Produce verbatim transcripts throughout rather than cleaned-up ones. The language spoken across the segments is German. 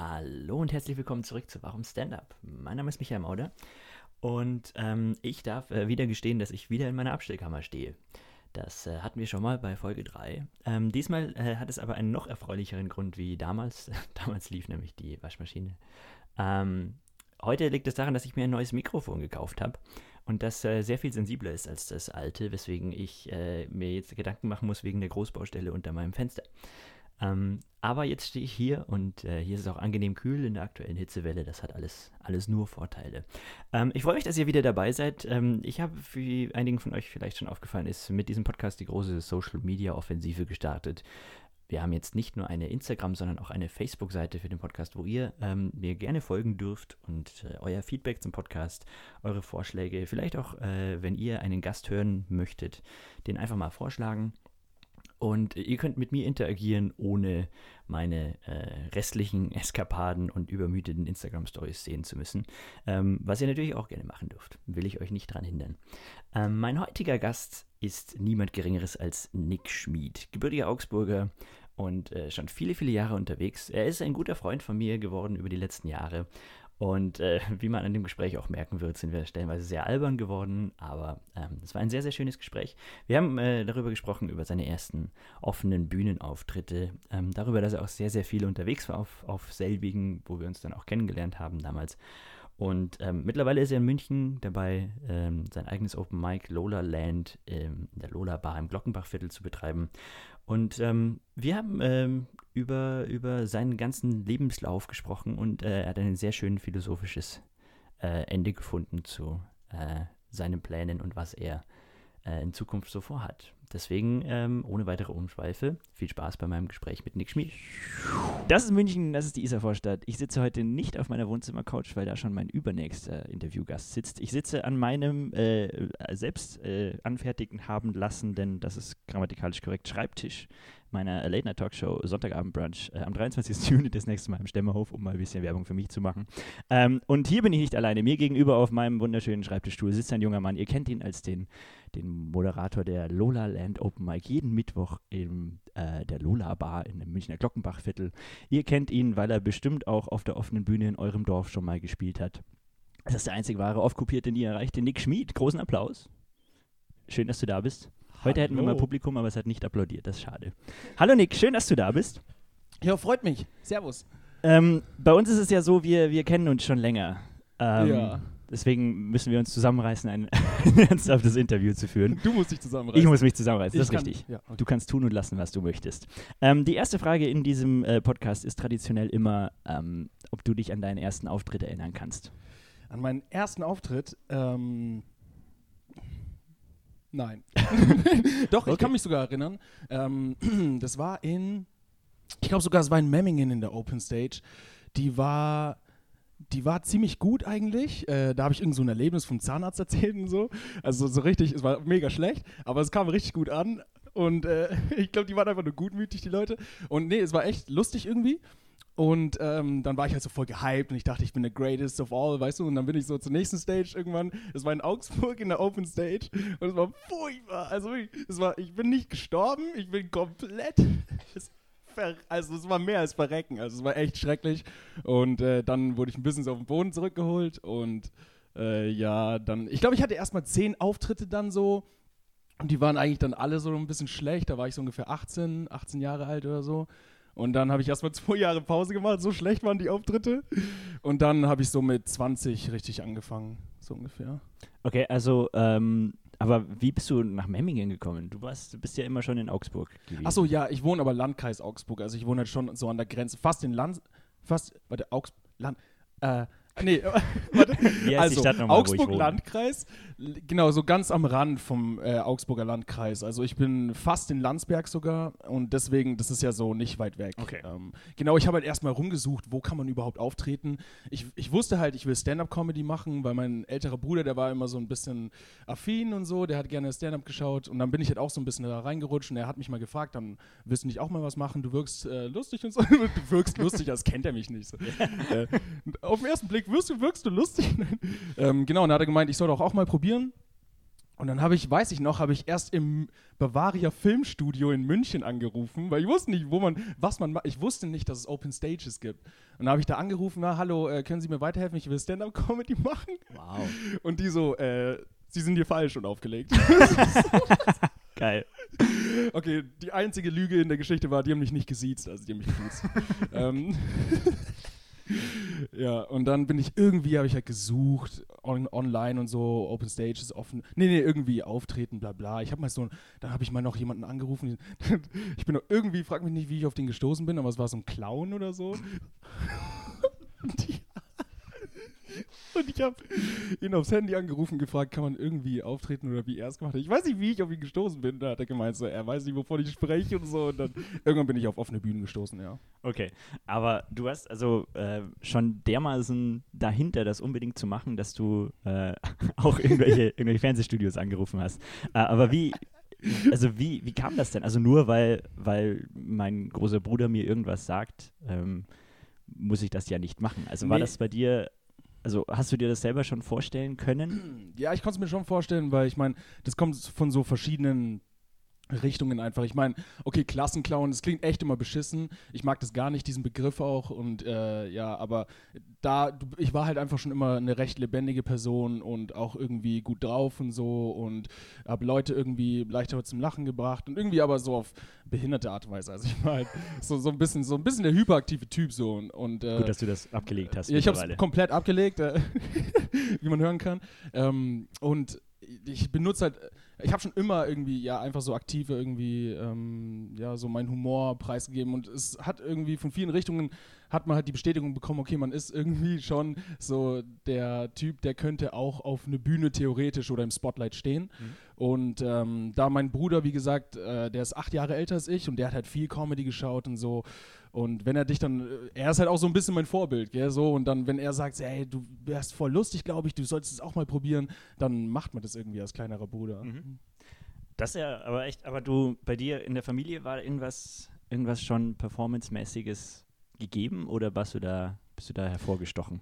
Hallo und herzlich willkommen zurück zu Warum Stand-Up? Mein Name ist Michael Mauder und ähm, ich darf äh, wieder gestehen, dass ich wieder in meiner Abstellkammer stehe. Das äh, hatten wir schon mal bei Folge drei. Ähm, diesmal äh, hat es aber einen noch erfreulicheren Grund wie damals. Damals lief nämlich die Waschmaschine. Ähm, heute liegt es daran, dass ich mir ein neues Mikrofon gekauft habe und das äh, sehr viel sensibler ist als das alte, weswegen ich äh, mir jetzt Gedanken machen muss wegen der Großbaustelle unter meinem Fenster. Ähm, aber jetzt stehe ich hier und äh, hier ist es auch angenehm kühl in der aktuellen Hitzewelle. Das hat alles, alles nur Vorteile. Ähm, ich freue mich, dass ihr wieder dabei seid. Ähm, ich habe, wie einigen von euch vielleicht schon aufgefallen ist, mit diesem Podcast die große Social-Media-Offensive gestartet. Wir haben jetzt nicht nur eine Instagram, sondern auch eine Facebook-Seite für den Podcast, wo ihr ähm, mir gerne folgen dürft und äh, euer Feedback zum Podcast, eure Vorschläge, vielleicht auch, äh, wenn ihr einen Gast hören möchtet, den einfach mal vorschlagen. Und ihr könnt mit mir interagieren, ohne meine äh, restlichen Eskapaden und übermüteten Instagram-Stories sehen zu müssen. Ähm, was ihr natürlich auch gerne machen dürft. Will ich euch nicht dran hindern. Ähm, mein heutiger Gast ist niemand Geringeres als Nick Schmid, gebürtiger Augsburger und äh, schon viele, viele Jahre unterwegs. Er ist ein guter Freund von mir geworden über die letzten Jahre. Und äh, wie man an dem Gespräch auch merken wird, sind wir stellenweise sehr albern geworden, aber ähm, es war ein sehr, sehr schönes Gespräch. Wir haben äh, darüber gesprochen, über seine ersten offenen Bühnenauftritte, ähm, darüber, dass er auch sehr, sehr viel unterwegs war auf, auf selbigen, wo wir uns dann auch kennengelernt haben damals. Und ähm, mittlerweile ist er in München dabei, ähm, sein eigenes Open Mic Lola Land ähm, in der Lola Bar im Glockenbachviertel zu betreiben. Und ähm, wir haben ähm, über, über seinen ganzen Lebenslauf gesprochen und äh, er hat ein sehr schön philosophisches äh, Ende gefunden zu äh, seinen Plänen und was er äh, in Zukunft so vorhat. Deswegen, ähm, ohne weitere Umschweife, viel Spaß bei meinem Gespräch mit Nick Schmid. Das ist München, das ist die Isarvorstadt. Ich sitze heute nicht auf meiner Wohnzimmercouch, weil da schon mein übernächster Interviewgast sitzt. Ich sitze an meinem äh, selbst äh, anfertigen haben lassen, denn das ist grammatikalisch korrekt, Schreibtisch meiner Late-Night-Talkshow Sonntagabend-Brunch äh, am dreiundzwanzigsten Juni das nächste Mal im Stemmerhof, um mal ein bisschen Werbung für mich zu machen. Ähm, und hier bin ich nicht alleine. Mir gegenüber auf meinem wunderschönen Schreibtischstuhl sitzt ein junger Mann. Ihr kennt ihn als den, den Moderator der Lola Land Open Mic jeden Mittwoch in äh, der Lola Bar in dem Münchner Glockenbachviertel. Ihr kennt ihn, weil er bestimmt auch auf der offenen Bühne in eurem Dorf schon mal gespielt hat. Das ist der einzig wahre Oft-Kopierte, den ihr erreicht, den Nick Schmid. Großen Applaus. Schön, dass du da bist. Heute Hallo. Hätten wir mal Publikum, aber es hat nicht applaudiert. Das ist schade. Hallo Nick, schön, dass du da bist. Ja, freut mich. Servus. Ähm, bei uns ist es ja so, wir, wir kennen uns schon länger. Ähm, ja. Deswegen müssen wir uns zusammenreißen, ein ernsthaftes Interview zu führen. Du musst dich zusammenreißen. Ich muss mich zusammenreißen, das ich ist kann, richtig. Ja, okay. Du kannst tun und lassen, was du möchtest. Ähm, die erste Frage in diesem äh, Podcast ist traditionell immer, ähm, ob du dich an deinen ersten Auftritt erinnern kannst. An meinen ersten Auftritt? Ähm, nein. Doch, okay. Ich kann mich sogar erinnern. Ähm, das war in, ich glaube sogar, es war in Memmingen in der Open Stage. Die war... Die war ziemlich gut eigentlich. Äh, da habe ich irgend so ein Erlebnis vom Zahnarzt erzählt und so. Also so richtig, es war mega schlecht, aber es kam richtig gut an. Und äh, ich glaube, die waren einfach nur gutmütig, die Leute. Und nee, es war echt lustig irgendwie. Und ähm, dann war ich halt so voll gehypt und ich dachte, ich bin der Greatest of all, weißt du. Und dann bin ich so zur nächsten Stage irgendwann. Das war in Augsburg in der Open Stage. Und es war furchtbar. Also es war, ich bin nicht gestorben, ich bin komplett... Also es war mehr als verrecken, also es war echt schrecklich und äh, dann wurde ich ein bisschen so auf den Boden zurückgeholt und äh, ja, dann, ich glaube, ich hatte erstmal zehn Auftritte dann so und die waren eigentlich dann alle so ein bisschen schlecht, da war ich so ungefähr achtzehn, achtzehn Jahre alt oder so und dann habe ich erstmal zwei Jahre Pause gemacht, so schlecht waren die Auftritte und dann habe ich so mit zwanzig richtig angefangen, so ungefähr. Okay, also ähm aber wie bist du nach Memmingen gekommen? Du warst, du bist ja immer schon in Augsburg gewesen. Achso, ja, ich wohne aber Landkreis Augsburg. Also ich wohne halt schon so an der Grenze, fast in Land, fast, warte, Augsburg, Land, äh, nee, warte, Wie heißt die Stadt nochmal, Augsburg Landkreis, genau, so ganz am Rand vom äh, Augsburger Landkreis. Also ich bin fast in Landsberg sogar und deswegen, das ist ja so nicht weit weg. Okay. Ähm, genau, ich habe halt erstmal rumgesucht, wo kann man überhaupt auftreten. Ich, ich wusste halt, ich will Stand-Up-Comedy machen, weil mein älterer Bruder, der war immer so ein bisschen affin und so, der hat gerne Stand-Up geschaut und dann bin ich halt auch so ein bisschen da reingerutscht und er hat mich mal gefragt, dann willst du nicht auch mal was machen, du wirkst äh, lustig und so. Du wirkst lustig, das kennt er mich nicht so. äh, auf den ersten Blick Wirkst du, wirkst du lustig? ähm, genau, und dann hat er gemeint, ich soll doch auch mal probieren. Und dann habe ich, weiß ich noch, habe ich erst im Bavaria Filmstudio in München angerufen, weil ich wusste nicht, wo man, was man macht. Ich wusste nicht, dass es Open Stages gibt. Und dann habe ich da angerufen, na, hallo, äh, können Sie mir weiterhelfen? Ich will Stand-Up-Comedy machen. Wow. Und die so, äh, Sie sind hier falsch und aufgelegt. Geil. Okay, die einzige Lüge in der Geschichte war, die haben mich nicht gesiezt, also die haben mich geduzt. ähm, ja, und dann bin ich irgendwie, habe ich halt gesucht, on, online und so, Open Stages offen. Nee, nee, irgendwie auftreten, bla bla. Ich habe mal so, dann habe ich mal noch jemanden angerufen. Ich bin noch irgendwie, frag mich nicht, wie ich auf den gestoßen bin, aber es war so ein Clown oder so. Und die Und ich habe ihn aufs Handy angerufen, gefragt, kann man irgendwie auftreten oder wie er es gemacht hat. Ich weiß nicht, wie ich auf ihn gestoßen bin. Da hat er gemeint, so, er weiß nicht, wovon ich spreche und so. Und dann irgendwann bin ich auf offene Bühnen gestoßen, ja. Okay, aber du hast also äh, schon dermaßen dahinter, das unbedingt zu machen, dass du äh, auch irgendwelche, irgendwelche Fernsehstudios angerufen hast. Äh, aber wie, also wie, wie kam das denn? Also nur, weil, weil mein großer Bruder mir irgendwas sagt, ähm, muss ich das ja nicht machen. Also war Nee. das bei dir... Also hast du dir das selber schon vorstellen können? Ja, ich konnte es mir schon vorstellen, weil ich meine, das kommt von so verschiedenen Richtungen einfach. Ich meine, okay, Klassenclown, das klingt echt immer beschissen. Ich mag das gar nicht, diesen Begriff auch. Und äh, ja, aber da, du, ich war halt einfach schon immer eine recht lebendige Person und auch irgendwie gut drauf und so und habe Leute irgendwie leichter zum Lachen gebracht und irgendwie aber so auf behinderte Art und Weise. Also ich war halt so, so ein bisschen so ein bisschen der hyperaktive Typ so und, und äh, Gut, dass du das abgelegt hast. ja, ich habe es komplett abgelegt, äh, wie man hören kann. Ähm, und ich benutze halt, ich habe schon immer irgendwie, ja, einfach so aktive irgendwie, ähm, ja, so meinen Humor preisgegeben und es hat irgendwie von vielen Richtungen, hat man halt die Bestätigung bekommen, okay, man ist irgendwie schon so der Typ, der könnte auch auf eine Bühne theoretisch oder im Spotlight stehen. Mhm. Und ähm, da mein Bruder, wie gesagt, äh, der ist acht Jahre älter als ich und der hat halt viel Comedy geschaut und so. Und wenn er dich dann, er ist halt auch so ein bisschen mein Vorbild, gell, so. Und dann, wenn er sagt, ey, du wärst voll lustig, glaube ich, du solltest es auch mal probieren, dann macht man das irgendwie als kleinerer Bruder. Mhm. Das ist ja aber echt, aber du, bei dir in der Familie war irgendwas, irgendwas schon Performance-mäßiges gegeben oder warst du da, bist du da hervorgestochen?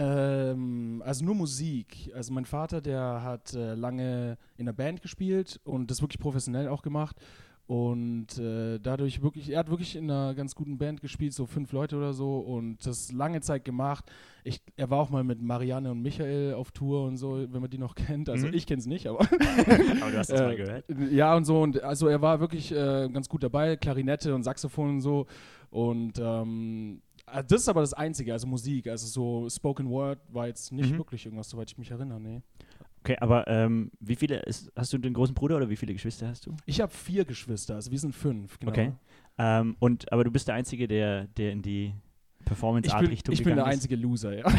Ähm, also nur Musik. Also mein Vater, der hat äh, lange in der Band gespielt und das wirklich professionell auch gemacht. Und äh, dadurch wirklich, er hat wirklich in einer ganz guten Band gespielt, so fünf Leute oder so und das lange Zeit gemacht. Ich, er war auch mal mit Marianne und Michael auf Tour und so, wenn man die noch kennt. Also mhm. ich kenne es nicht, aber... aber du hast es äh, mal gehört. Ja und so und also er war wirklich äh, ganz gut dabei, Klarinette und Saxophon und so und ähm, das ist aber das Einzige, also Musik, also so Spoken Word war jetzt nicht mhm. wirklich irgendwas, soweit ich mich erinnere, nee. Okay, aber ähm, wie viele, ist, hast du den großen Bruder oder wie viele Geschwister hast du? Ich habe vier Geschwister, also wir sind fünf, genau. Okay, ähm, und, aber du bist der Einzige, der, der in die Performance-Art-Richtung Ich bin gegangen der ist? einzige Loser, ja.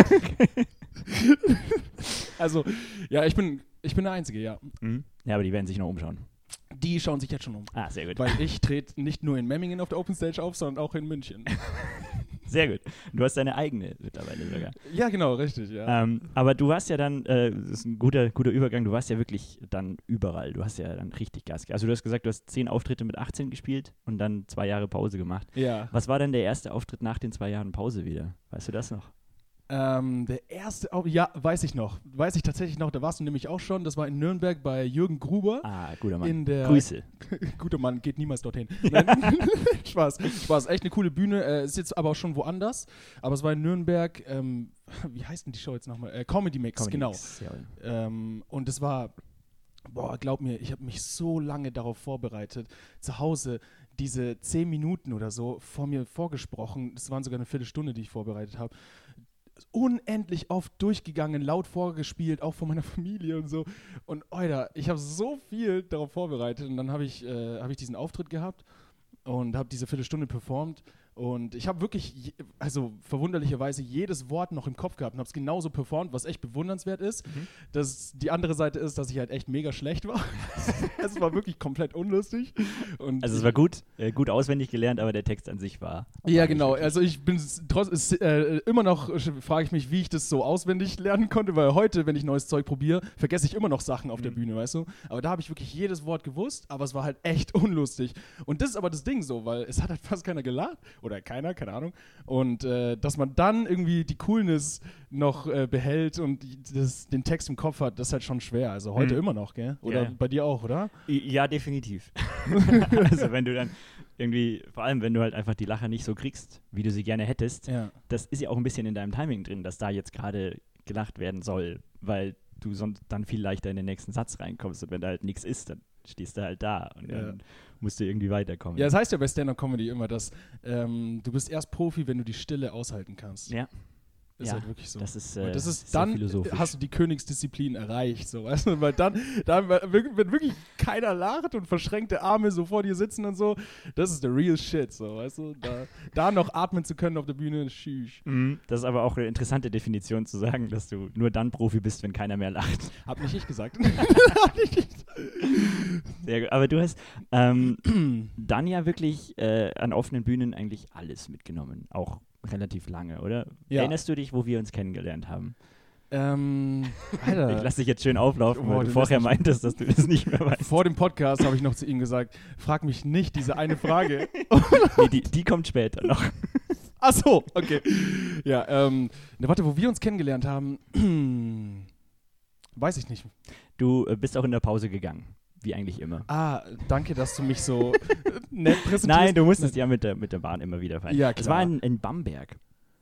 Also, ja, ich bin, ich bin der Einzige, ja. Mhm. Ja, aber die werden sich noch umschauen. Die schauen sich jetzt schon um. Ah, sehr gut. Weil ich trete nicht nur in Memmingen auf der Open Stage auf, sondern auch in München. Sehr gut. Du hast deine eigene mittlerweile sogar. Ja, genau, richtig, ja. Ähm, aber du warst ja dann, äh, das ist ein guter, guter Übergang, du warst ja wirklich dann überall. Du hast ja dann richtig Gas gegeben. Also du hast gesagt, du hast zehn Auftritte mit achtzehn gespielt und dann zwei Jahre Pause gemacht. Ja. Was war denn der erste Auftritt nach den zwei Jahren Pause wieder? Weißt du das noch? Ähm, der erste, oh, ja, weiß ich noch. Weiß ich tatsächlich noch, da warst du nämlich auch schon. Das war in Nürnberg bei Jürgen Gruber. Ah, guter Mann. In der Grüße. Guter Mann, geht niemals dorthin. Nein, Spaß, Spaß. Echt eine coole Bühne. Äh, ist jetzt aber auch schon woanders. Aber es war in Nürnberg, ähm, wie heißt denn die Show jetzt nochmal? Äh, Comedy Mix, Comedy genau. Mix, ähm, und es war, boah, glaub mir, ich habe mich so lange darauf vorbereitet. Zu Hause diese zehn Minuten oder so vor mir vorgesprochen. Das waren sogar eine Viertelstunde, die ich vorbereitet habe. Unendlich oft durchgegangen, laut vorgespielt, auch von meiner Familie und so. Und Alter, ich habe so viel darauf vorbereitet und dann habe ich, äh, hab ich diesen Auftritt gehabt und habe diese Viertelstunde performt. Und ich habe wirklich, je, also verwunderlicherweise, jedes Wort noch im Kopf gehabt und habe es genauso performt, was echt bewundernswert ist. Mhm. Das, die andere Seite ist, dass ich halt echt mega schlecht war. Es war wirklich komplett unlustig. Und also es war gut, äh, gut auswendig gelernt, aber der Text an sich war... Ja, genau. Also ich bin trotz, äh, immer noch, frage ich mich, wie ich das so auswendig lernen konnte, weil heute, wenn ich neues Zeug probiere, vergesse ich immer noch Sachen auf mhm. der Bühne, weißt du? Aber da habe ich wirklich jedes Wort gewusst, aber es war halt echt unlustig. Und das ist aber das Ding so, weil es hat halt fast keiner gelacht. oder keiner, keine Ahnung. Und äh, dass man dann irgendwie die Coolness noch äh, behält und das, den Text im Kopf hat, das ist halt schon schwer. Also heute mhm. immer noch, gell? Oder ja. bei dir auch, oder? Ja, definitiv. Also wenn du dann irgendwie, vor allem wenn du halt einfach die Lacher nicht so kriegst, wie du sie gerne hättest, ja. das ist ja auch ein bisschen in deinem Timing drin, dass da jetzt gerade gelacht werden soll, weil du sonst dann viel leichter in den nächsten Satz reinkommst und wenn da halt nichts ist, dann stehst du halt da und ja. dann musst du irgendwie weiterkommen. Ja, das heißt ja bei Stand-Up-Comedy immer, dass ähm, du bist erst Profi, wenn du die Stille aushalten kannst. Ja. Ist ja, halt wirklich so. Das ist, äh, das ist sehr dann philosophisch. Hast du die Königsdisziplin erreicht, so, weißt du? Weil dann, dann, wenn wirklich keiner lacht und verschränkte Arme so vor dir sitzen und so, das ist der real shit, so, weißt du? Da, da noch atmen zu können auf der Bühne, schüch. Mhm, das ist aber auch eine interessante Definition zu sagen, dass du nur dann Profi bist, wenn keiner mehr lacht. Hab nicht ich gesagt. Sehr gut. Aber du hast ähm, dann ja wirklich äh, an offenen Bühnen eigentlich alles mitgenommen, auch relativ lange, oder? Ja. Erinnerst du dich, wo wir uns kennengelernt haben? Ähm, Alter. Ich lasse dich jetzt schön auflaufen, oh, weil du vorher meintest, dass du das nicht mehr weißt. Vor dem Podcast habe ich noch zu ihm gesagt, frag mich nicht diese eine Frage. Nee, die, die kommt später noch. Ach so, okay. Ja, ähm, ne, warte, wo wir uns kennengelernt haben, weiß ich nicht. Du äh, bist auch in der Pause gegangen. Wie eigentlich immer. Ah, danke, dass du mich so nett präsentierst. Nein, du musstest ja mit der, mit der Bahn immer wieder fahren. Ja, klar. Es war in, in Bamberg.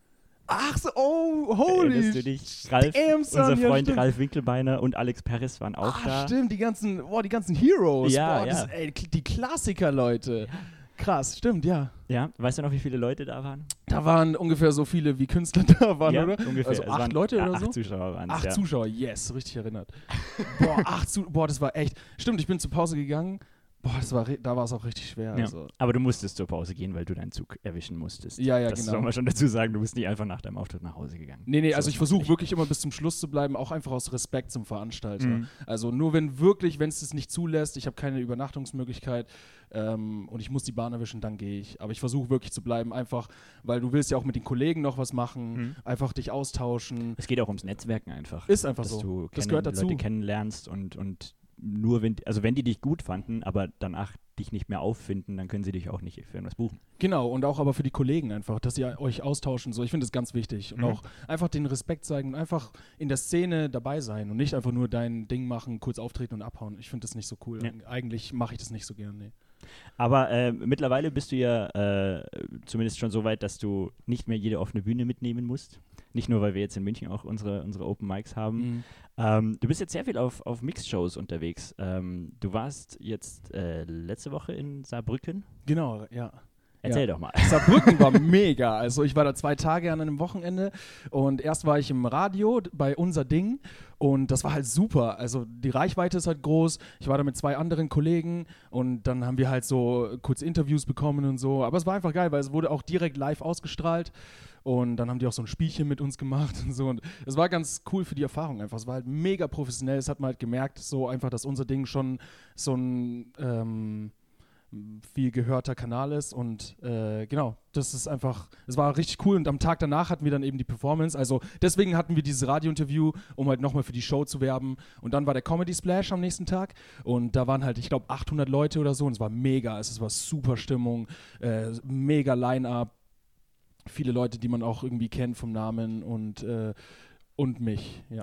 Ach so, oh, holy Erinnerst du dich? Ralf, damn, son, unser Freund ja, Ralf Winkelbeiner und Alex Perez waren auch Ach, da. Ach stimmt, die ganzen, boah, die ganzen Heroes. Ja, boah, ja. Das, ey, die Klassiker, Leute. Ja. Krass, stimmt, ja. Ja, weißt du noch, wie viele Leute da waren? Da waren ungefähr so viele, wie Künstler da waren, ja, oder? Ungefähr. Also acht Leute oder acht so? Acht Zuschauer waren es, Acht ja. Zuschauer, yes, richtig erinnert. Boah, acht Zu- boah, das war echt. Stimmt, ich bin zur Pause gegangen. Boah, das war, da war es auch richtig schwer. Ja. Also. Aber du musstest zur Pause gehen, weil du deinen Zug erwischen musstest. Ja, ja, das genau. Das soll man schon dazu sagen, du bist nicht einfach nach deinem Auftritt nach Hause gegangen. Nee, nee, so also ich versuche wirklich immer bis zum Schluss zu bleiben, auch einfach aus Respekt zum Veranstalter. Mhm. Also nur wenn wirklich, wenn es das nicht zulässt, ich habe keine Übernachtungsmöglichkeit ähm, und ich muss die Bahn erwischen, dann gehe ich. Aber ich versuche wirklich zu bleiben, einfach, weil du willst ja auch mit den Kollegen noch was machen, mhm. einfach dich austauschen. Es geht auch ums Netzwerken einfach. Ist einfach dass so. Du das kennen, gehört dazu. Leute kennenlernst und, und nur wenn, also wenn die dich gut fanden, aber danach dich nicht mehr auffinden, dann können sie dich auch nicht für irgendwas buchen. Genau, und auch aber für die Kollegen einfach, dass ihr euch austauschen, so, ich finde das ganz wichtig. Und mhm. auch einfach den Respekt zeigen und einfach in der Szene dabei sein und nicht einfach nur dein Ding machen, kurz auftreten und abhauen. Ich finde das nicht so cool. Ja. Eigentlich mache ich das nicht so gern, nee. Aber äh, mittlerweile bist du ja äh, zumindest schon so weit, dass du nicht mehr jede offene Bühne mitnehmen musst. Nicht nur, weil wir jetzt in München auch unsere, unsere Open Mics haben. Mhm. Ähm, du bist jetzt sehr viel auf, auf Mixed-Shows unterwegs. Ähm, du warst jetzt äh, letzte Woche in Saarbrücken. Genau, ja. Erzähl ja. doch mal. Saarbrücken war mega. Also ich war da zwei Tage an einem Wochenende und erst war ich im Radio bei Unser Ding und das war halt super. Also die Reichweite ist halt groß. Ich war da mit zwei anderen Kollegen und dann haben wir halt so kurz Interviews bekommen und so. Aber es war einfach geil, weil es wurde auch direkt live ausgestrahlt. Und dann haben die auch so ein Spielchen mit uns gemacht und so. Und es war ganz cool für die Erfahrung einfach. Es war halt mega professionell. Es hat man halt gemerkt, so einfach, dass Unser Ding schon so ein ähm, viel gehörter Kanal ist. Und äh, genau, das ist einfach, es war richtig cool. Und am Tag danach hatten wir dann eben die Performance. Also deswegen hatten wir dieses Radiointerview, um halt nochmal für die Show zu werben. Und dann war der Comedy Splash am nächsten Tag. Und da waren halt, ich glaube, achthundert Leute oder so. Und es war mega. Es war super Stimmung, äh, mega Line-Up. Viele Leute, die man auch irgendwie kennt vom Namen und, äh, und mich, ja.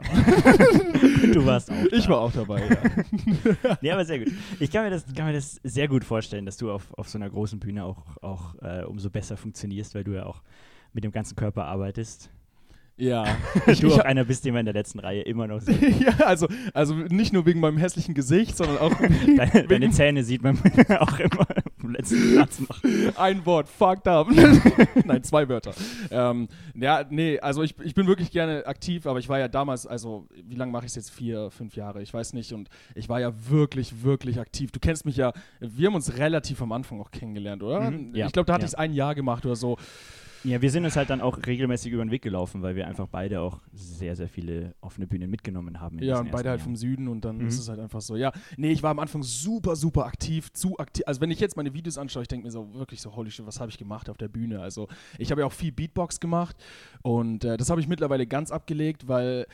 Du warst auch da. Ich war auch dabei, ja. Nee, aber sehr gut. Ich kann mir das, kann mir das sehr gut vorstellen, dass du auf, auf so einer großen Bühne auch, auch äh, umso besser funktionierst, weil du ja auch mit dem ganzen Körper arbeitest. Ja. Du ich, auch ich, einer bist, den wir in der letzten Reihe immer noch sehen. Ja, also, also nicht nur wegen meinem hässlichen Gesicht, sondern auch Deine, wegen deine Zähne sieht man auch immer am letzten Platz noch. Ein Wort, fucked up. Nein, zwei Wörter. Ähm, ja, nee, also ich, ich bin wirklich gerne aktiv, aber ich war ja damals, also wie lange mache ich es jetzt? Vier, fünf Jahre, ich weiß nicht. Und ich war ja wirklich, wirklich aktiv. Du kennst mich ja, wir haben uns relativ am Anfang auch kennengelernt, oder? Mhm, ja, ich glaube, da hatte ja. ich es ein Jahr gemacht oder so. Ja, wir sind uns halt dann auch regelmäßig über den Weg gelaufen, weil wir einfach beide auch sehr, sehr viele offene Bühnen mitgenommen haben. Ja, und beide halt Jahren. Vom Süden und dann mhm. ist es halt einfach so. Ja, nee, ich war am Anfang super, super aktiv, zu aktiv. Also wenn ich jetzt meine Videos anschaue, ich denke mir so wirklich so, holy shit, was habe ich gemacht auf der Bühne? Also ich habe ja auch viel Beatbox gemacht und äh, das habe ich mittlerweile ganz abgelegt, weil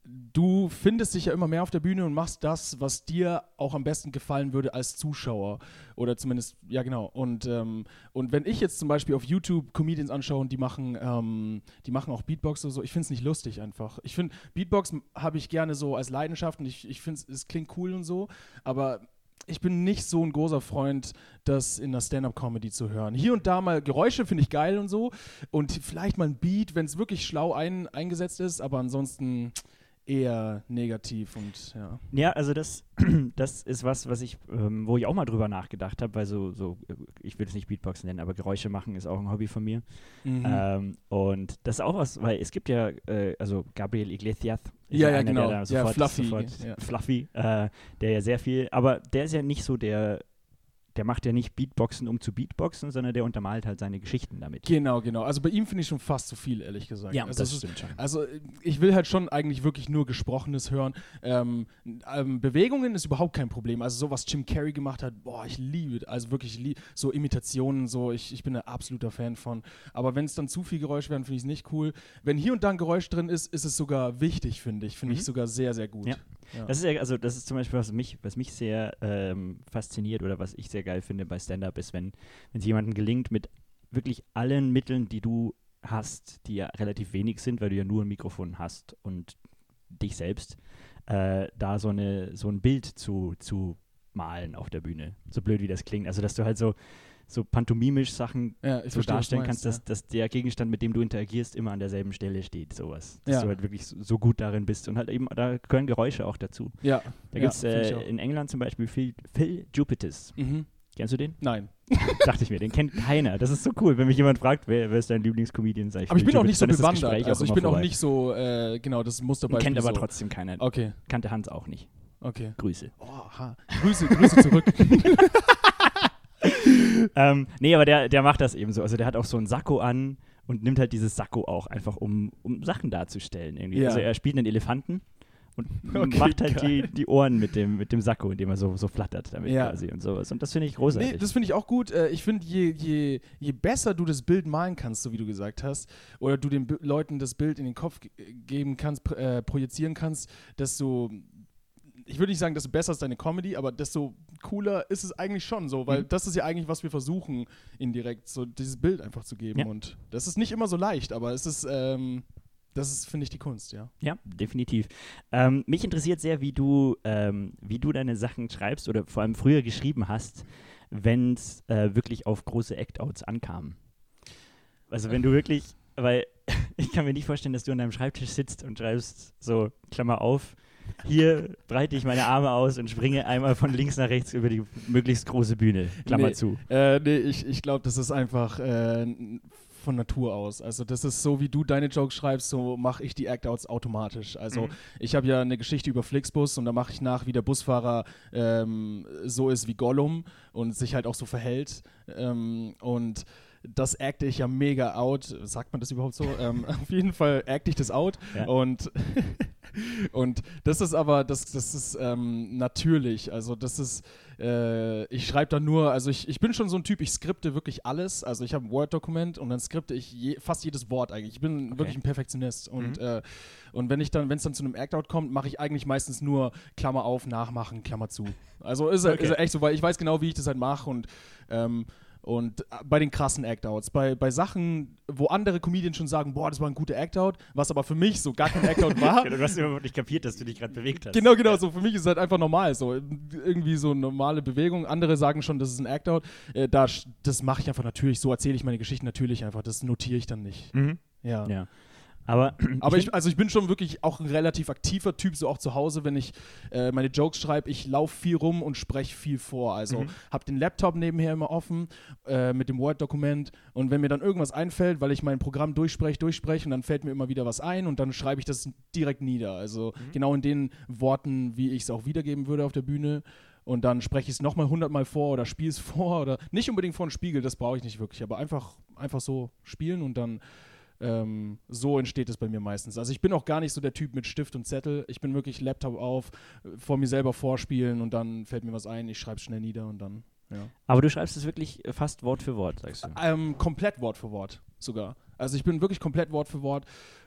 du findest dich ja immer mehr auf der Bühne und machst das, was dir auch am besten gefallen würde als Zuschauer. Oder zumindest, ja genau. Und, ähm, und wenn ich jetzt zum Beispiel auf YouTube Comedians anschaue und die machen, ähm, die machen auch Beatbox oder so, ich finde es nicht lustig einfach. Ich finde, Beatbox habe ich gerne so als Leidenschaft und ich, ich finde es klingt cool und so, aber ich bin nicht so ein großer Freund, das in der Stand-Up-Comedy zu hören. Hier und da mal Geräusche finde ich geil und so und vielleicht mal ein Beat, wenn es wirklich schlau ein, eingesetzt ist, aber ansonsten eher negativ und ja. Ja, also das, das ist was, was ich, ähm, wo ich auch mal drüber nachgedacht habe, weil so, so, ich will es nicht Beatboxen nennen, aber Geräusche machen ist auch ein Hobby von mir. Mhm. Ähm, und das ist auch was, weil es gibt ja, äh, also Gabriel Iglesias ist ja, ja, ja einer, genau. der da sofort, ja, Fluffy, sofort ja. Fluffy, äh, der ja sehr viel, aber der ist ja nicht so der, der macht ja nicht Beatboxen, um zu Beatboxen, sondern der untermalt halt seine Geschichten damit. Genau, genau. Also bei ihm finde ich schon fast zu viel, ehrlich gesagt. Ja, also das ist, stimmt schon. Also ich will halt schon eigentlich wirklich nur Gesprochenes hören. Ähm, ähm, Bewegungen ist überhaupt kein Problem. Also so, was Jim Carrey gemacht hat, boah, ich liebe, also wirklich lieb, so Imitationen, so, ich, ich bin ein absoluter Fan von. Aber wenn es dann zu viel Geräusch werden, finde ich es nicht cool. Wenn hier und da ein Geräusch drin ist, ist es sogar wichtig, finde ich. Finde mhm. ich sogar sehr, sehr gut. Ja. Ja. Das ist ja, also das ist zum Beispiel, was mich, was mich sehr ähm, fasziniert oder was ich sehr geil finde bei Stand-Up ist, wenn es jemandem gelingt, mit wirklich allen Mitteln, die du hast, die ja relativ wenig sind, weil du ja nur ein Mikrofon hast und dich selbst, äh, da so eine so ein Bild zu, zu malen auf der Bühne. So blöd wie das klingt. Also dass du halt so so pantomimisch Sachen ja, so darstellen meinst, kannst, dass, ja. dass der Gegenstand, mit dem du interagierst, immer an derselben Stelle steht, sowas. Dass ja. du halt wirklich so, so gut darin bist. Und halt eben, da gehören Geräusche auch dazu. Ja. Da gibt es ja, äh, in England zum Beispiel Phil, Phil Jupitus. Mhm. Kennst du den? Nein. Dachte ich mir, den kennt keiner. Das ist so cool, wenn mich jemand fragt, wer, wer ist dein Lieblingscomedian, sag ich. Aber ich bin Phil auch nicht so Jupitus, bewandert. Also ich bin vorbei. auch nicht so, äh, genau, das Musterbeispiel. Kennt aber so. trotzdem keiner. Okay. Kannte Hans auch nicht. Okay. Grüße. Oh, ha. Grüße, Grüße zurück. ähm, nee, aber der, der macht das eben so. Also der hat auch so ein Sakko an und nimmt halt dieses Sakko auch einfach, um, um Sachen darzustellen. Irgendwie. Ja. Also er spielt einen Elefanten und okay, macht halt die, die Ohren mit dem, mit dem Sakko, indem er so, so flattert damit ja. quasi und sowas. Und das finde ich großartig. Nee, das finde ich auch gut. Ich finde, je, je, je besser du das Bild malen kannst, so wie du gesagt hast, oder du den B- Leuten das Bild in den Kopf g- geben kannst, pr- äh, projizieren kannst, desto, ich würde nicht sagen, desto besser ist deine Comedy, aber desto cooler ist es eigentlich schon so, weil mhm. das ist ja eigentlich, was wir versuchen, indirekt so dieses Bild einfach zu geben. Ja. Und das ist nicht immer so leicht, aber es ist, ähm, das ist, finde ich, die Kunst, ja. Ja, definitiv. Ähm, mich interessiert sehr, wie du, ähm, wie du deine Sachen schreibst oder vor allem früher geschrieben hast, wenn es äh, wirklich auf große Act-Outs ankam. Also wenn du wirklich, weil ich kann mir nicht vorstellen, dass du an deinem Schreibtisch sitzt und schreibst so, Klammer auf, hier breite ich meine Arme aus und springe einmal von links nach rechts über die möglichst große Bühne, Klammer nee, zu. Äh, nee, ich, ich glaube, das ist einfach äh, von Natur aus. Also das ist so, wie du deine Jokes schreibst, so mache ich die Act-Outs automatisch. Also mhm. ich habe ja eine Geschichte über Flixbus und da mache ich nach, wie der Busfahrer ähm, so ist wie Gollum und sich halt auch so verhält. Ähm, und das acte ich ja mega out. Sagt man das überhaupt so? ähm, auf jeden Fall acte ich das out. Ja. Und, und das ist aber, das, das ist ähm, natürlich. Also das ist, äh, ich schreibe da nur, also ich, ich bin schon so ein Typ, ich skripte wirklich alles. Also ich habe ein Word-Dokument und dann skripte ich je, fast jedes Wort eigentlich. Ich bin okay. wirklich ein Perfektionist. Mhm. Und, äh, und wenn ich dann, wenn es dann zu einem Act-Out kommt, mache ich eigentlich meistens nur Klammer auf, nachmachen, Klammer zu. Also ist er, okay. ist er echt so, weil ich weiß genau, wie ich das halt mache und ähm, Und bei den krassen Act-Outs, bei, bei Sachen, wo andere Comedians schon sagen, boah, das war ein guter Act-Out, was aber für mich so gar kein Act-Out war. Du hast überhaupt nicht kapiert, dass du dich gerade bewegt hast. Genau, genau, so für mich ist es halt einfach normal, so irgendwie so eine normale Bewegung. Andere sagen schon, das ist ein Act-Out. Äh, da, das mache ich einfach natürlich, so erzähle ich meine Geschichten natürlich einfach, das notiere ich dann nicht. Mhm. Ja. ja. Aber, Aber ich, also ich bin schon wirklich auch ein relativ aktiver Typ, so auch zu Hause, wenn ich äh, meine Jokes schreibe. Ich laufe viel rum und spreche viel vor. Also mhm. habe den Laptop nebenher immer offen äh, mit dem Word-Dokument und wenn mir dann irgendwas einfällt, weil ich mein Programm durchspreche, durchspreche und dann fällt mir immer wieder was ein und dann schreibe ich das direkt nieder. Also mhm. genau in den Worten, wie ich es auch wiedergeben würde auf der Bühne. Und dann spreche ich es nochmal hundertmal vor oder spiele es vor oder nicht unbedingt vor einen Spiegel, das brauche ich nicht wirklich, aber einfach, einfach so spielen und dann Ähm, so entsteht es bei mir meistens. Also ich bin auch gar nicht so der Typ mit Stift und Zettel. Ich bin wirklich Laptop auf, vor mir selber vorspielen und dann fällt mir was ein, ich schreibe es schnell nieder und dann, ja. Aber du schreibst es wirklich fast Wort für Wort, sagst du? Ähm, komplett Wort für Wort sogar. Also ich bin wirklich komplett Wort für Wort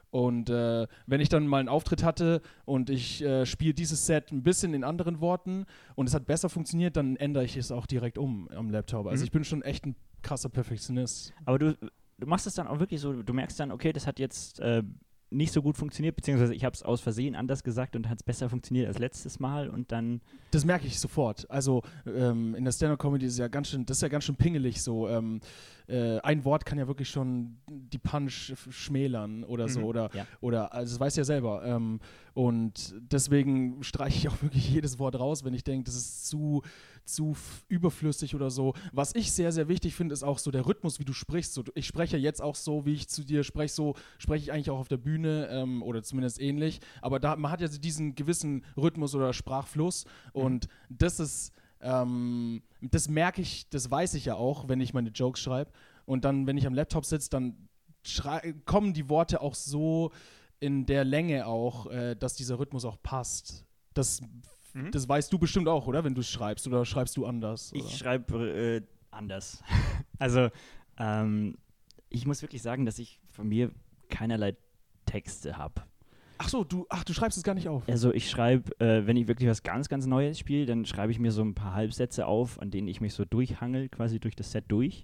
Und äh, wenn ich dann mal einen Auftritt hatte und ich äh, spiele dieses Set ein bisschen in anderen Worten und es hat besser funktioniert, dann ändere ich es auch direkt um am Laptop. Also Mhm. ich bin schon echt ein krasser Perfektionist. Aber du, du machst es dann auch wirklich so, du merkst dann, okay, das hat jetzt äh, nicht so gut funktioniert, beziehungsweise ich habe es aus Versehen anders gesagt und hat es besser funktioniert als letztes Mal und dann... Das merke ich sofort. Also ähm, in der Stand-Up-Comedy ist ja ganz schön, das ist ja ganz schön pingelig so. Ähm, äh, ein Wort kann ja wirklich schon die Punch f- schmälern oder so. Mhm, Oder, ja. oder also das weiß ja selber. Ähm, und deswegen streiche ich auch wirklich jedes Wort raus, wenn ich denke, das ist zu, zu f- überflüssig oder so. Was ich sehr, sehr wichtig finde, ist auch so der Rhythmus, wie du sprichst. So, ich spreche jetzt auch so, wie ich zu dir spreche, so spreche ich eigentlich auch auf der Bühne ähm, oder zumindest ähnlich. Aber da, man hat ja so diesen gewissen Rhythmus oder Sprachfluss und mhm. das ist, ähm, das merke ich, das weiß ich ja auch, wenn ich meine Jokes schreibe. Und dann, wenn ich am Laptop sitze, dann schrei- kommen die Worte auch so in der Länge auch, äh, dass dieser Rhythmus auch passt. Das, mhm. das weißt du bestimmt auch, oder? Wenn du es schreibst, oder schreibst du anders? Oder? Ich schreibe äh, anders. Also, ähm, ich muss wirklich sagen, dass ich von mir keinerlei Texte habe. Ach so, du, ach, du schreibst es gar nicht auf. Also ich schreibe, äh, wenn ich wirklich was ganz, ganz Neues spiele, dann schreibe ich mir so ein paar Halbsätze auf, an denen ich mich so durchhangel, quasi durch das Set durch.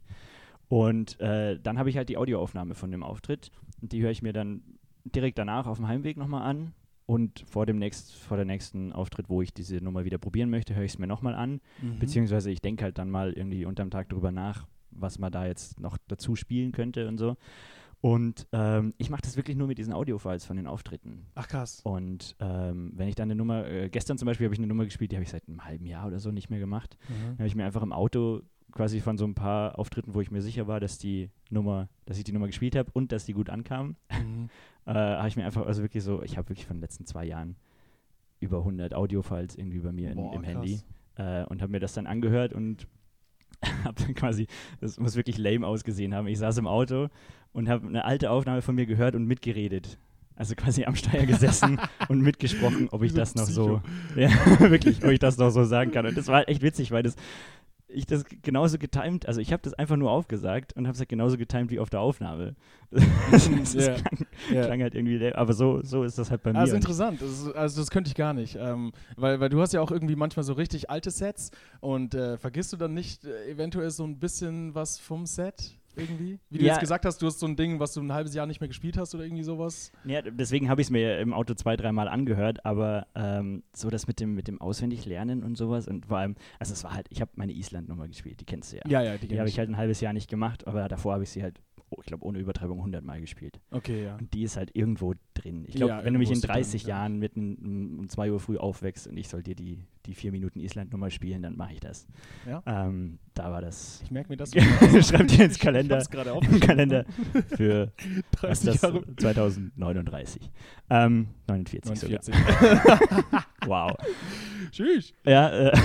Und äh, dann habe ich halt die Audioaufnahme von dem Auftritt. Und die höre ich mir dann direkt danach auf dem Heimweg nochmal an. Und vor dem nächst, vor der nächsten Auftritt, wo ich diese Nummer wieder probieren möchte, höre ich es mir nochmal an. Mhm. Beziehungsweise ich denke halt dann mal irgendwie unterm Tag drüber nach, was man da jetzt noch dazu spielen könnte und so. Und ähm, ich mache das wirklich nur mit diesen Audio-Files von den Auftritten. Ach krass. Und ähm, wenn ich dann eine Nummer, äh, gestern zum Beispiel habe ich eine Nummer gespielt, die habe ich seit einem halben Jahr oder so nicht mehr gemacht. Mhm. Dann habe ich mir einfach im Auto quasi von so ein paar Auftritten, wo ich mir sicher war, dass die Nummer, dass ich die Nummer gespielt habe und dass die gut ankam, mhm. äh, habe ich mir einfach, also wirklich so, ich habe wirklich von den letzten zwei Jahren über hundert Audio-Files irgendwie bei mir in, Boah, im krass. Handy äh, und habe mir das dann angehört und habe dann quasi, das muss wirklich lame ausgesehen haben. Ich saß im Auto und habe eine alte Aufnahme von mir gehört und mitgeredet. Also quasi am Steuer gesessen und mitgesprochen, ob ich das noch so, ja, wirklich, ob ich das noch so sagen kann. Und das war halt echt witzig, weil das, ich das genauso getimed, also ich habe das einfach nur aufgesagt und habe es halt genauso getimed wie auf der Aufnahme. Das, das yeah. klang, yeah. klang halt irgendwie, aber so, so ist das halt bei mir. Also interessant, das ist, also das könnte ich gar nicht, ähm, weil, weil du hast ja auch irgendwie manchmal so richtig alte Sets und äh, vergisst du dann nicht äh, eventuell so ein bisschen was vom Set? Irgendwie? Wie du ja. jetzt gesagt hast, du hast so ein Ding, was du ein halbes Jahr nicht mehr gespielt hast oder irgendwie sowas? Ja, deswegen habe ich es mir im Auto zwei, dreimal angehört, aber ähm, so das mit dem, mit dem Auswendiglernen und sowas und vor allem, also es war halt, ich habe meine Island-Nummer gespielt, die kennst du ja. Ja, ja, die, die habe ich halt ein halbes Jahr nicht gemacht, aber davor habe ich sie halt, oh, ich glaube ohne Übertreibung hundert Mal gespielt. Okay, ja. Und die ist halt irgendwo drin. Ich glaube, ja, wenn du mich in dreißig drin, Jahren mitten um zwei Uhr früh aufwächst und ich soll dir die, die vier Minuten Island-Nummer spielen, dann mache ich das. Ja? Ähm, da war das. Ich merke mir das. Schreib dir ins Kalender. Ich Im Kalender für dreißig Jahre. zwanzig neununddreißig. Ähm, neunundvierzig, neunundvierzig. Sogar. Wow. Tschüss. Ja, äh.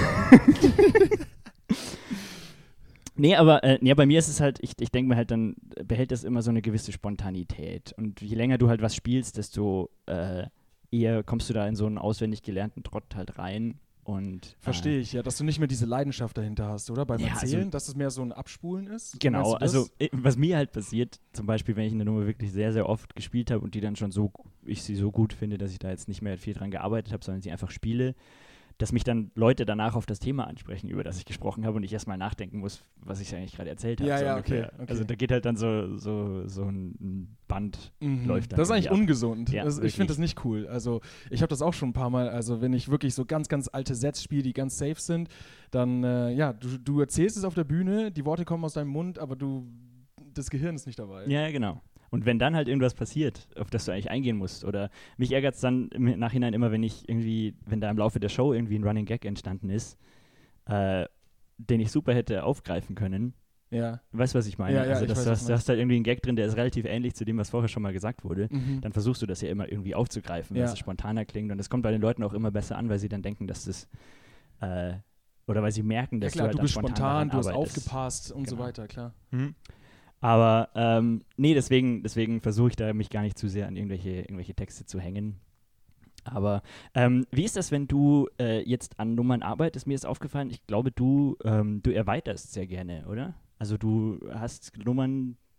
Nee, aber äh, nee, bei mir ist es halt, ich, ich denke mir halt, dann behält das immer so eine gewisse Spontanität. Und je länger du halt was spielst, desto äh, eher kommst du da in so einen auswendig gelernten Trott halt rein. Und, Verstehe äh, ich, ja, dass du nicht mehr diese Leidenschaft dahinter hast, oder? Beim ja, Erzählen, also, dass es mehr so ein Abspulen ist? Genau, also was mir halt passiert, zum Beispiel, wenn ich eine Nummer wirklich sehr, sehr oft gespielt habe und die dann schon so, ich sie so gut finde, dass ich da jetzt nicht mehr viel dran gearbeitet habe, sondern sie einfach spiele, dass mich dann Leute danach auf das Thema ansprechen, über das ich gesprochen habe und ich erstmal nachdenken muss, was ich eigentlich gerade erzählt habe. Ja, so ja, okay, okay. Also da geht halt dann so, so, so ein Band, mhm. läuft dann. Das ist eigentlich ab. ungesund. Ja, das, ich finde das nicht cool. Also ich habe das auch schon ein paar Mal, also wenn ich wirklich so ganz, ganz alte Sets spiele, die ganz safe sind, dann, äh, ja, du, du erzählst es auf der Bühne, die Worte kommen aus deinem Mund, aber du, das Gehirn ist nicht dabei. Ja, genau. Und wenn dann halt irgendwas passiert, auf das du eigentlich eingehen musst, oder mich ärgert es dann im Nachhinein immer, wenn ich irgendwie, wenn da im Laufe der Show irgendwie ein Running Gag entstanden ist, äh, den ich super hätte aufgreifen können. Ja. Weißt du, was ich meine? Ja, ja, also, ich dass weiß, du, was hast, du du hast halt irgendwie einen Gag drin, der ist relativ ähnlich zu dem, was vorher schon mal gesagt wurde. Mhm. Dann versuchst du das ja immer irgendwie aufzugreifen, ja. dass es spontaner klingt. Und das kommt bei den Leuten auch immer besser an, weil sie dann denken, dass das, äh, oder weil sie merken, dass ja, klar, du halt du bist spontan, spontan, du hast arbeitest. aufgepasst und genau. so weiter, klar. Mhm. Aber ähm, nee, deswegen, deswegen versuche ich da mich gar nicht zu sehr an irgendwelche, irgendwelche Texte zu hängen. Aber ähm, wie ist das, wenn du äh, jetzt an Nummern arbeitest? Mir ist aufgefallen, ich glaube, du, ähm, du erweiterst sehr gerne, oder? Also du hast Nummern,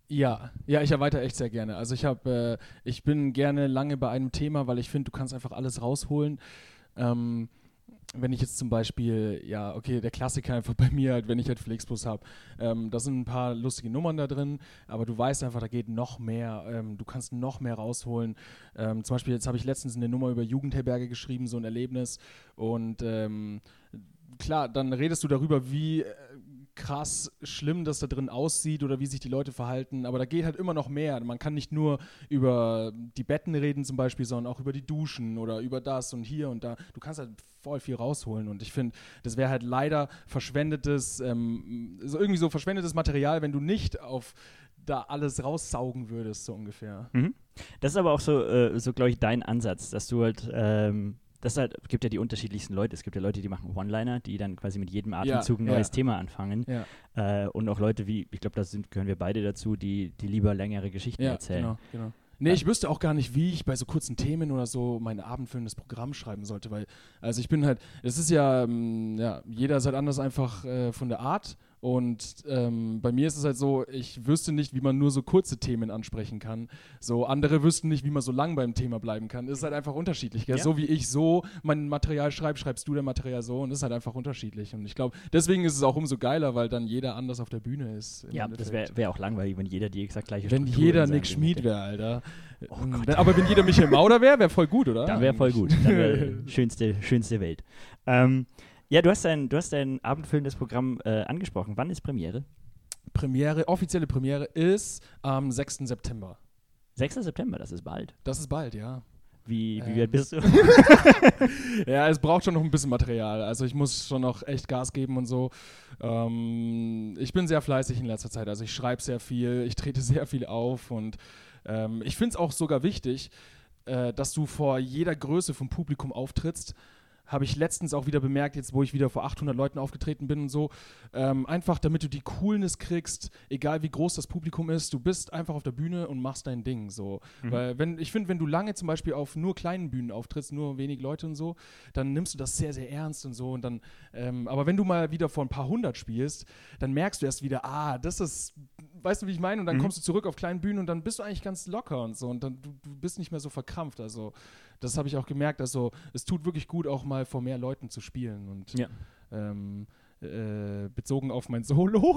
Ja, ja, ich erweitere echt sehr gerne. Also ich habe, äh, ich bin gerne lange bei einem Thema, weil ich finde, du kannst einfach alles rausholen. Ähm, wenn ich jetzt zum Beispiel, ja, okay, der Klassiker einfach bei mir halt, wenn ich halt Flixbus habe, ähm, da sind ein paar lustige Nummern da drin, aber du weißt einfach, da geht noch mehr, ähm, du kannst noch mehr rausholen. Ähm, zum Beispiel, jetzt habe ich letztens eine Nummer über Jugendherberge geschrieben, so ein Erlebnis, und ähm, klar, dann redest du darüber, wie äh, krass schlimm das da drin aussieht oder wie sich die Leute verhalten, aber da geht halt immer noch mehr. Man kann nicht nur über die Betten reden zum Beispiel, sondern auch über die Duschen oder über das und hier und da. Du kannst halt voll viel rausholen und ich finde, das wäre halt leider verschwendetes, ähm, so irgendwie so verschwendetes Material, wenn du nicht auf da alles raussaugen würdest, so ungefähr. Mhm. Das ist aber auch so, äh, so glaube ich, dein Ansatz, dass du halt ähm Das halt, gibt ja die unterschiedlichsten Leute. Es gibt ja Leute, die machen One-Liner, die dann quasi mit jedem Atemzug ein ja, neues ja. Thema anfangen. Ja. Äh, und auch Leute wie, ich glaube, da sind, gehören wir beide dazu, die, die lieber längere Geschichten ja, erzählen. Genau, genau. Nee, ich wüsste auch gar nicht, wie ich bei so kurzen Themen oder so mein abendfüllendes Programm schreiben sollte, weil, also ich bin halt, es ist ja, ähm, ja, jeder ist halt anders einfach äh, von der Art. Und ähm, bei mir ist es halt so, ich wüsste nicht, wie man nur so kurze Themen ansprechen kann. So andere wüssten nicht, wie man so lang beim Thema bleiben kann. Es ist halt einfach unterschiedlich. Gell? Ja. So wie ich so mein Material schreibe, schreibst du dein Material so und das ist halt einfach unterschiedlich. Und ich glaube, deswegen ist es auch umso geiler, weil dann jeder anders auf der Bühne ist. Ja, das wäre wär auch langweilig, wenn jeder die exakt gleiche Wenn Struktur jeder in seinem Nick Ding Schmid hätte. wäre, Alter. Oh Ähm, Gott. wenn, aber wenn jeder Michael Mauder wäre, wäre voll gut, oder? Dann wäre voll gut. Dann wäre schönste, schönste Welt. Ähm, ja, du hast dein, du hast dein abendfüllendes Programm äh, angesprochen. Wann ist Premiere? Premiere, offizielle Premiere ist am sechsten September. sechster September, das ist bald. Das ist bald, ja. Wie, wie Ähm. weit bist du? Ja, es braucht schon noch ein bisschen Material. Also ich muss schon noch echt Gas geben und so. Ähm, ich bin sehr fleißig in letzter Zeit. Also ich schreibe sehr viel, ich trete sehr viel auf und ähm, ich finde es auch sogar wichtig, äh, dass du vor jeder Größe vom Publikum auftrittst. Habe ich letztens auch wieder bemerkt, jetzt wo ich wieder vor achthundert Leuten aufgetreten bin und so, ähm, einfach damit du die Coolness kriegst, egal wie groß das Publikum ist, du bist einfach auf der Bühne und machst dein Ding, so. Mhm. Weil wenn, ich finde, wenn du lange zum Beispiel auf nur kleinen Bühnen auftrittst, nur wenig Leute und so, dann nimmst du das sehr, sehr ernst und so und dann, ähm, aber wenn du mal wieder vor ein paar hundert spielst, dann merkst du erst wieder, ah, das ist, weißt du, wie ich meine? Und dann Mhm. kommst du zurück auf kleinen Bühnen und dann bist du eigentlich ganz locker und so und dann, du, du bist nicht mehr so verkrampft, also das habe ich auch gemerkt, also es tut wirklich gut, auch mal vor mehr Leuten zu spielen und Ja. ähm, äh, bezogen auf mein Solo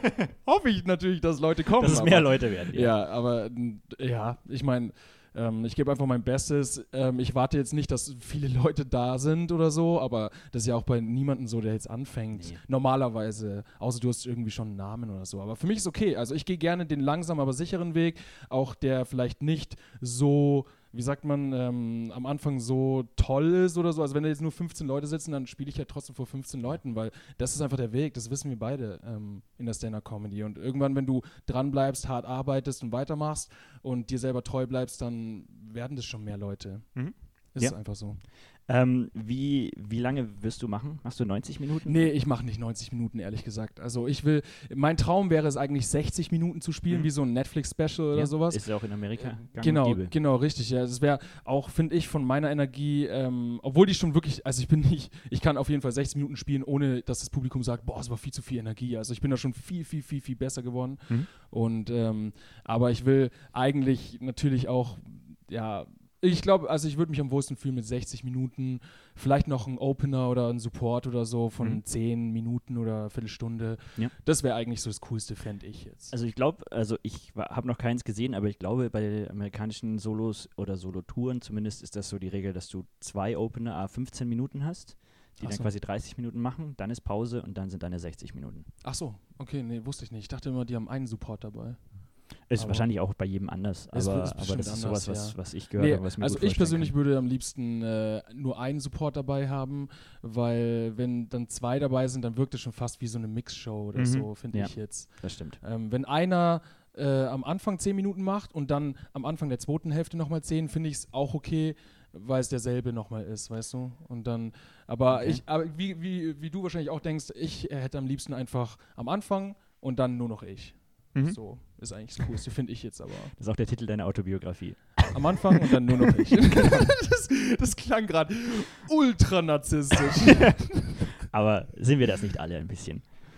hoffe ich natürlich, dass Leute kommen. Dass es aber, mehr Leute werden. Ja, aber n- ja, ich meine, ähm, ich gebe einfach mein Bestes. Ähm, ich warte jetzt nicht, dass viele Leute da sind oder so, aber das ist ja auch bei niemandem so, der jetzt anfängt. Nee. Normalerweise, außer du hast irgendwie schon einen Namen oder so. Aber für mich ist okay. Also ich gehe gerne den langsam, aber sicheren Weg, auch der vielleicht nicht so, wie sagt man, ähm, am Anfang so toll ist oder so. Also wenn da jetzt nur fünfzehn Leute sitzen, dann spiele ich ja trotzdem vor fünfzehn Leuten, weil das ist einfach der Weg, das wissen wir beide ähm, in der Stand-Up-Comedy. Und irgendwann, wenn du dran bleibst, hart arbeitest und weitermachst und dir selber treu bleibst, dann werden das schon mehr Leute. Mhm. Ist Ja. einfach so. Ähm, wie, wie lange wirst du machen? Machst du neunzig Minuten? Nee, ich mache nicht neunzig Minuten, ehrlich gesagt. Also ich will, mein Traum wäre es eigentlich sechzig Minuten zu spielen, Mhm. wie so ein Netflix-Special oder Ja, sowas. Ist ja auch in Amerika gang und Genau, gäbe. genau, richtig. Ja, das wäre auch, finde ich, von meiner Energie, ähm, obwohl die schon wirklich, also ich bin nicht, ich kann auf jeden Fall sechzig Minuten spielen, ohne dass das Publikum sagt, boah, es war viel zu viel Energie. Also ich bin da schon viel, viel, viel, viel besser geworden. Mhm. Und ähm, aber ich will eigentlich natürlich auch, ja, ich glaube, also ich würde mich am wohlsten fühlen mit sechzig Minuten, vielleicht noch ein Opener oder ein Support oder so von Mhm. zehn Minuten oder Viertelstunde. Ja. Das wäre eigentlich so das Coolste, fände ich jetzt. Also ich glaube, also ich habe noch keins gesehen, aber ich glaube, bei den amerikanischen Solos oder Solotouren zumindest ist das so die Regel, dass du zwei Opener à fünfzehn Minuten hast, die Ach dann so. quasi dreißig Minuten machen, dann ist Pause und dann sind deine sechzig Minuten. Ach so, okay, nee, wusste ich nicht. Ich dachte immer, die haben einen Support dabei. Ist Aber- wahrscheinlich auch bei jedem anders, Es aber, ist aber bestimmt das ist anders, sowas, was, ja. was ich gehört Nee, habe, was mir also gut ich vorstellen persönlich kann. würde am liebsten äh, nur einen Support dabei haben, weil wenn dann zwei dabei sind, dann wirkt es schon fast wie so eine Mixshow oder Mhm, so, finde ja. ich jetzt. Das stimmt. Ähm, wenn einer äh, am Anfang zehn Minuten macht und dann am Anfang der zweiten Hälfte nochmal zehn, finde ich es auch okay, weil es derselbe nochmal ist, weißt du? Und dann, aber Okay. ich, aber wie, wie, wie du wahrscheinlich auch denkst, ich äh, hätte am liebsten einfach am Anfang und dann nur noch ich. Mhm. So, ist eigentlich das Coolste, finde ich jetzt aber. Das ist auch der Titel deiner Autobiografie. Am Anfang und dann nur noch ich. das, das klang gerade ultra narzisstisch. Aber sind wir das nicht alle ein bisschen?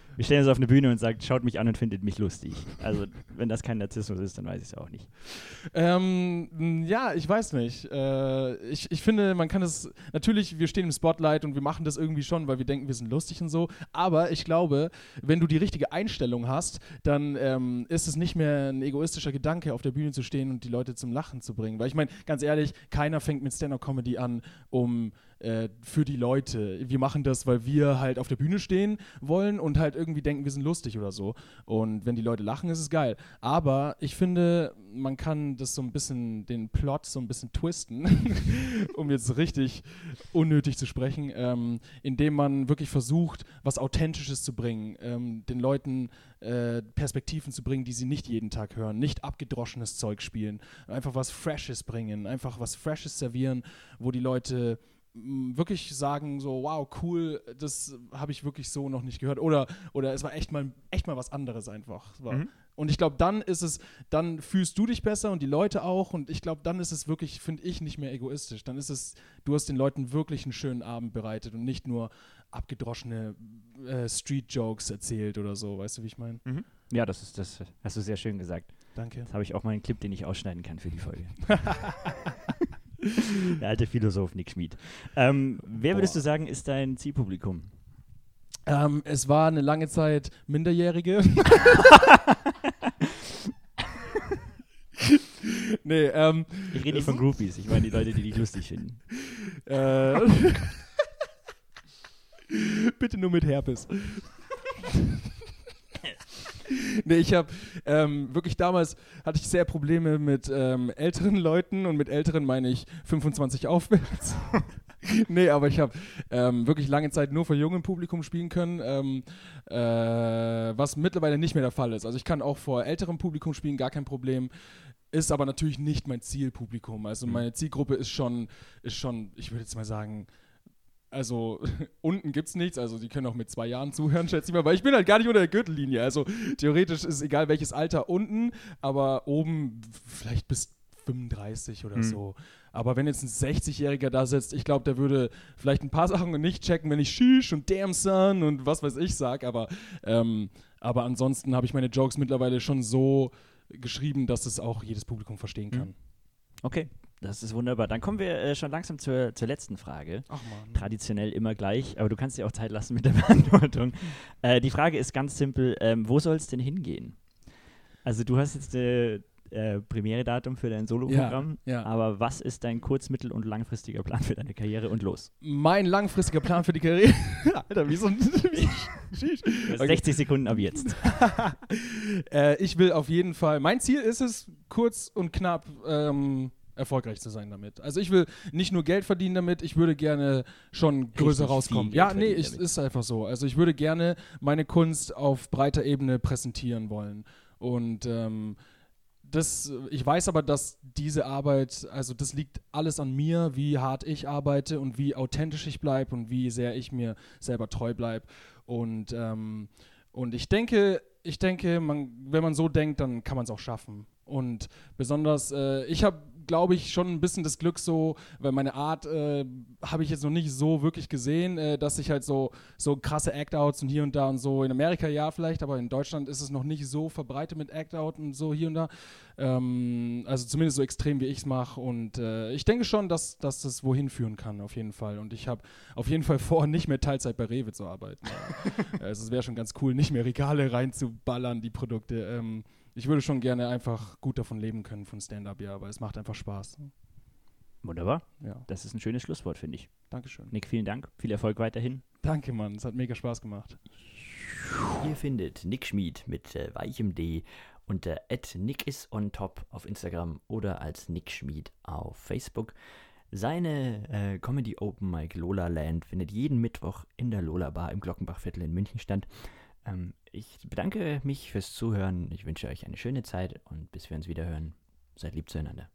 Wir stellen uns auf eine Bühne und sagen, schaut mich an und findet mich lustig. Also, wenn das kein Narzissmus ist, dann weiß ich es auch nicht. Ähm, ja, ich weiß nicht. Äh, ich, ich finde, man kann es, natürlich, wir stehen im Spotlight und wir machen das irgendwie schon, weil wir denken, wir sind lustig und so. Aber ich glaube, wenn du die richtige Einstellung hast, dann ähm, ist es nicht mehr ein egoistischer Gedanke, auf der Bühne zu stehen und die Leute zum Lachen zu bringen. Weil ich meine, ganz ehrlich, keiner fängt mit Stand-Up-Comedy an, um äh, für die Leute. Wir machen das, weil wir halt auf der Bühne stehen wollen und halt irgendwie denken, wir sind lustig oder so. Und wenn die Leute lachen, ist es geil. Aber ich finde, man kann das so ein bisschen, den Plot so ein bisschen twisten, um jetzt richtig unnötig zu sprechen, ähm, indem man wirklich versucht, was Authentisches zu bringen, ähm, den Leuten äh, Perspektiven zu bringen, die sie nicht jeden Tag hören, nicht abgedroschenes Zeug spielen, einfach was Freshes bringen, einfach was Freshes servieren, wo die Leute wirklich sagen so, wow, cool, das habe ich wirklich so noch nicht gehört. Oder, oder es war echt mal, echt mal was anderes einfach. Mhm. Und ich glaube, dann ist es, dann fühlst du dich besser und die Leute auch. Und ich glaube, dann ist es wirklich, finde ich, nicht mehr egoistisch. Dann ist es, du hast den Leuten wirklich einen schönen Abend bereitet und nicht nur abgedroschene äh, Street-Jokes erzählt oder so. Weißt du, wie ich meine? Mhm. Ja, das ist das, hast du sehr schön gesagt. Danke. Jetzt habe ich auch mal einen Clip, den ich ausschneiden kann für die Folge. Der alte Philosoph Nick Schmid. Ähm, wer würdest Boah. du sagen, ist dein Zielpublikum? Ähm, es war eine lange Zeit Minderjährige. nee, ähm. Ich rede nicht von Groupies, ich meine die Leute, die dich lustig finden. Äh. Bitte nur mit Herpes. Nee, ich habe ähm, wirklich damals hatte ich sehr Probleme mit ähm, älteren Leuten und mit älteren meine ich fünfundzwanzig aufwärts. Nee, aber ich habe ähm, wirklich lange Zeit nur vor jungem Publikum spielen können, ähm, äh, was mittlerweile nicht mehr der Fall ist. Also ich kann auch vor älterem Publikum spielen, gar kein Problem. Ist aber natürlich nicht mein Zielpublikum. Also meine Zielgruppe ist schon, ist schon, ich würde jetzt mal sagen, also unten gibt's nichts, also die können auch mit zwei Jahren zuhören, schätze ich mal, weil ich bin halt gar nicht unter der Gürtellinie, also theoretisch ist egal welches Alter unten, aber oben vielleicht bis fünfunddreißig oder mhm. so. Aber wenn jetzt ein sechzigjähriger da sitzt, ich glaube, der würde vielleicht ein paar Sachen nicht checken, wenn ich Shish und Damn Son und was weiß ich sag, aber, ähm, aber ansonsten habe ich meine Jokes mittlerweile schon so geschrieben, dass es auch jedes Publikum verstehen kann. Okay. Das ist wunderbar. Dann kommen wir äh, schon langsam zur, zur letzten Frage. Ach Mann. Traditionell immer gleich, aber du kannst dir auch Zeit lassen mit der Beantwortung. äh, die Frage ist ganz simpel, ähm, wo soll es denn hingehen? Also du hast jetzt äh, äh, Premiere-Datum für dein Soloprogramm, ja, ja. aber was ist dein kurz-, mittel- und langfristiger Plan für deine Karriere und los? Mein langfristiger Plan für die Karriere? Alter, wie so ein... okay. sechzig Sekunden ab jetzt. äh, ich will auf jeden Fall... Mein Ziel ist es, kurz und knapp... Ähm, erfolgreich zu sein damit. Also ich will nicht nur Geld verdienen damit, ich würde gerne schon größer Richtig rauskommen. Ja, nee, es ist einfach so. Also ich würde gerne meine Kunst auf breiter Ebene präsentieren wollen. Und ähm, das, ich weiß aber, dass diese Arbeit, also das liegt alles an mir, wie hart ich arbeite und wie authentisch ich bleibe und wie sehr ich mir selber treu bleibe. Und, ähm, und ich denke, ich denke, man, wenn man so denkt, dann kann man es auch schaffen. Und besonders, äh, ich habe glaube ich, schon ein bisschen das Glück so, weil meine Art äh, habe ich jetzt noch nicht so wirklich gesehen, äh, dass ich halt so, so krasse Act-Outs und hier und da und so, in Amerika ja vielleicht, aber in Deutschland ist es noch nicht so verbreitet mit Act-Out und so hier und da. Ähm, also zumindest so extrem, wie ich es mache und äh, ich denke schon, dass, dass das wohin führen kann, auf jeden Fall. Und ich habe auf jeden Fall vor, nicht mehr Teilzeit bei Rewe zu arbeiten. Also es wäre schon ganz cool, nicht mehr Regale reinzuballern, die Produkte. Ähm, Ich würde schon gerne einfach gut davon leben können, von Stand-Up, ja, aber es macht einfach Spaß. Wunderbar. Ja. Das ist ein schönes Schlusswort, finde ich. Dankeschön. Nick, vielen Dank. Viel Erfolg weiterhin. Danke, Mann. Es hat mega Spaß gemacht. Ihr findet Nick Schmid mit äh, weichem D unter at nickisontop auf Instagram oder als Nick Schmid auf Facebook. Seine äh, Comedy Open Mic Lola Land findet jeden Mittwoch in der Lola Bar im Glockenbachviertel in München statt. Ähm, ich bedanke mich fürs Zuhören. Ich wünsche euch eine schöne Zeit und bis wir uns wieder hören. Seid lieb zueinander.